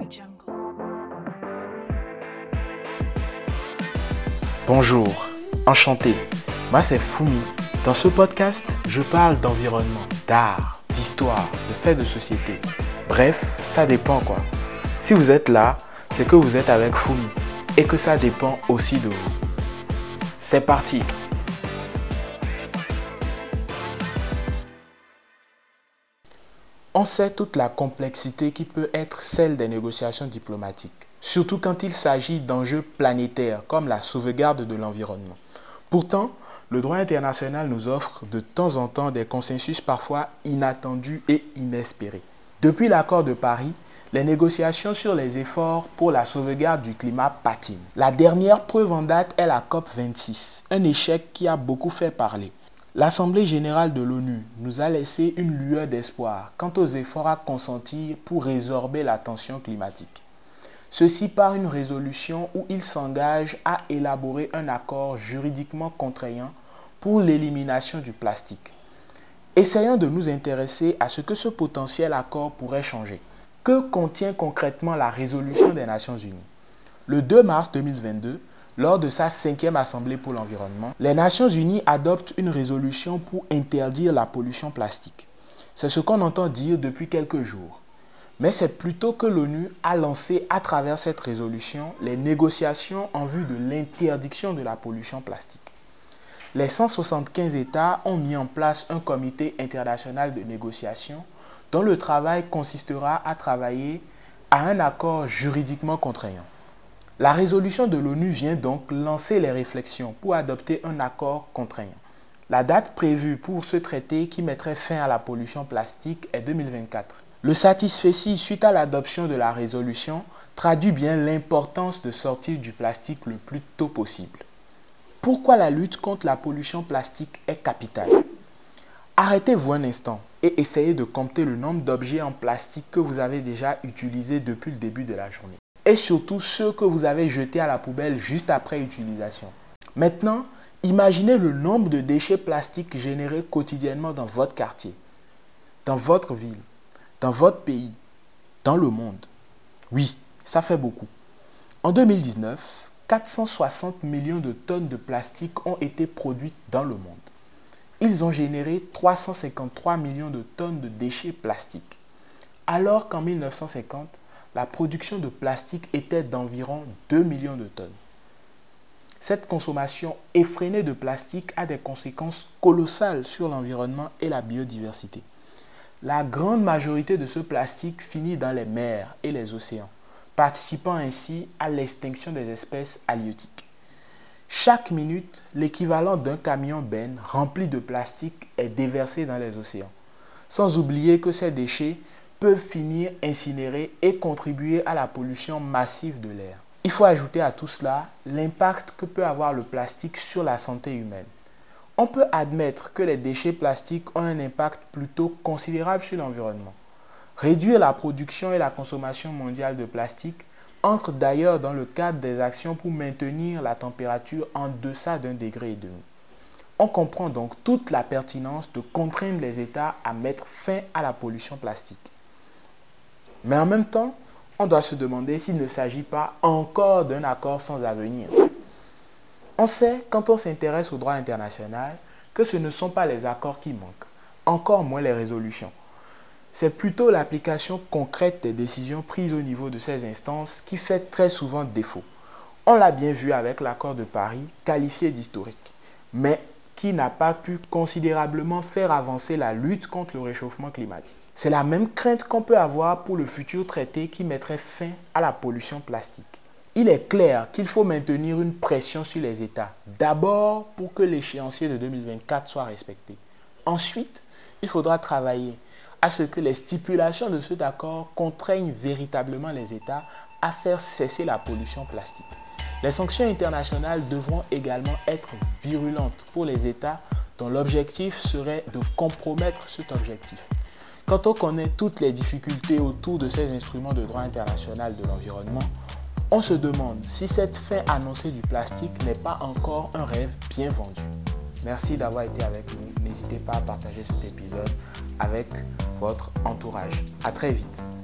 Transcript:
Bonjour, enchanté. Moi c'est Fumi. Dans ce podcast, je parle d'environnement, d'art, d'histoire, de faits de société. Bref, ça dépend quoi. Si vous êtes là, c'est que vous êtes avec Fumi et que ça dépend aussi de vous. C'est parti. On sait toute la complexité qui peut être celle des négociations diplomatiques, surtout quand il s'agit d'enjeux planétaires comme la sauvegarde de l'environnement. Pourtant, le droit international nous offre de temps en temps des consensus parfois inattendus et inespérés. Depuis l'accord de Paris, les négociations sur les efforts pour la sauvegarde du climat patinent. La dernière preuve en date est la COP26, un échec qui a beaucoup fait parler. L'Assemblée générale de l'ONU nous a laissé une lueur d'espoir quant aux efforts à consentir pour résorber la tension climatique. Ceci par une résolution où il s'engage à élaborer un accord juridiquement contraignant pour l'élimination du plastique. Essayons de nous intéresser à ce que ce potentiel accord pourrait changer. Que contient concrètement la résolution des Nations Unies ? Le 2 mars 2022, lors de sa 5e Assemblée pour l'environnement, les Nations Unies adoptent une résolution pour interdire la pollution plastique. C'est ce qu'on entend dire depuis quelques jours. Mais c'est plutôt que l'ONU a lancé à travers cette résolution les négociations en vue de l'interdiction de la pollution plastique. Les 175 États ont mis en place un comité international de négociation dont le travail consistera à travailler à un accord juridiquement contraignant. La résolution de l'ONU vient donc lancer les réflexions pour adopter un accord contraignant. La date prévue pour ce traité qui mettrait fin à la pollution plastique est 2024. Le satisfecit suite à l'adoption de la résolution traduit bien l'importance de sortir du plastique le plus tôt possible. Pourquoi la lutte contre la pollution plastique est capitale ? Arrêtez-vous un instant et essayez de compter le nombre d'objets en plastique que vous avez déjà utilisés depuis le début de la journée. Et surtout ceux que vous avez jetés à la poubelle juste après utilisation. Maintenant, imaginez le nombre de déchets plastiques générés quotidiennement dans votre quartier, dans votre ville, dans votre pays, dans le monde. Oui, ça fait beaucoup. En 2019, 460 millions de tonnes de plastique ont été produites dans le monde. Ils ont généré 353 millions de tonnes de déchets plastiques. Alors qu'en 1950, la production de plastique était d'environ 2 millions de tonnes. Cette consommation effrénée de plastique a des conséquences colossales sur l'environnement et la biodiversité. La grande majorité de ce plastique finit dans les mers et les océans, participant ainsi à l'extinction des espèces halieutiques. Chaque minute, l'équivalent d'un camion-benne rempli de plastique est déversé dans les océans. Sans oublier que ces déchets peuvent finir incinérés et contribuer à la pollution massive de l'air. Il faut ajouter à tout cela l'impact que peut avoir le plastique sur la santé humaine. On peut admettre que les déchets plastiques ont un impact plutôt considérable sur l'environnement. Réduire la production et la consommation mondiale de plastique entre d'ailleurs dans le cadre des actions pour maintenir la température en deçà d'1,5 degré. On comprend donc toute la pertinence de contraindre les États à mettre fin à la pollution plastique. Mais en même temps, on doit se demander s'il ne s'agit pas encore d'un accord sans avenir. On sait, quand on s'intéresse au droit international, que ce ne sont pas les accords qui manquent, encore moins les résolutions. C'est plutôt l'application concrète des décisions prises au niveau de ces instances qui fait très souvent défaut. On l'a bien vu avec l'accord de Paris, qualifié d'historique, mais qui n'a pas pu considérablement faire avancer la lutte contre le réchauffement climatique. C'est la même crainte qu'on peut avoir pour le futur traité qui mettrait fin à la pollution plastique. Il est clair qu'il faut maintenir une pression sur les États, d'abord pour que l'échéancier de 2024 soit respecté. Ensuite, il faudra travailler à ce que les stipulations de cet accord contraignent véritablement les États à faire cesser la pollution plastique. Les sanctions internationales devront également être virulentes pour les États dont l'objectif serait de compromettre cet objectif. Quand on connaît toutes les difficultés autour de ces instruments de droit international de l'environnement, on se demande si cette fin annoncée du plastique n'est pas encore un rêve bien vendu. Merci d'avoir été avec nous. N'hésitez pas à partager cet épisode avec votre entourage. À très vite.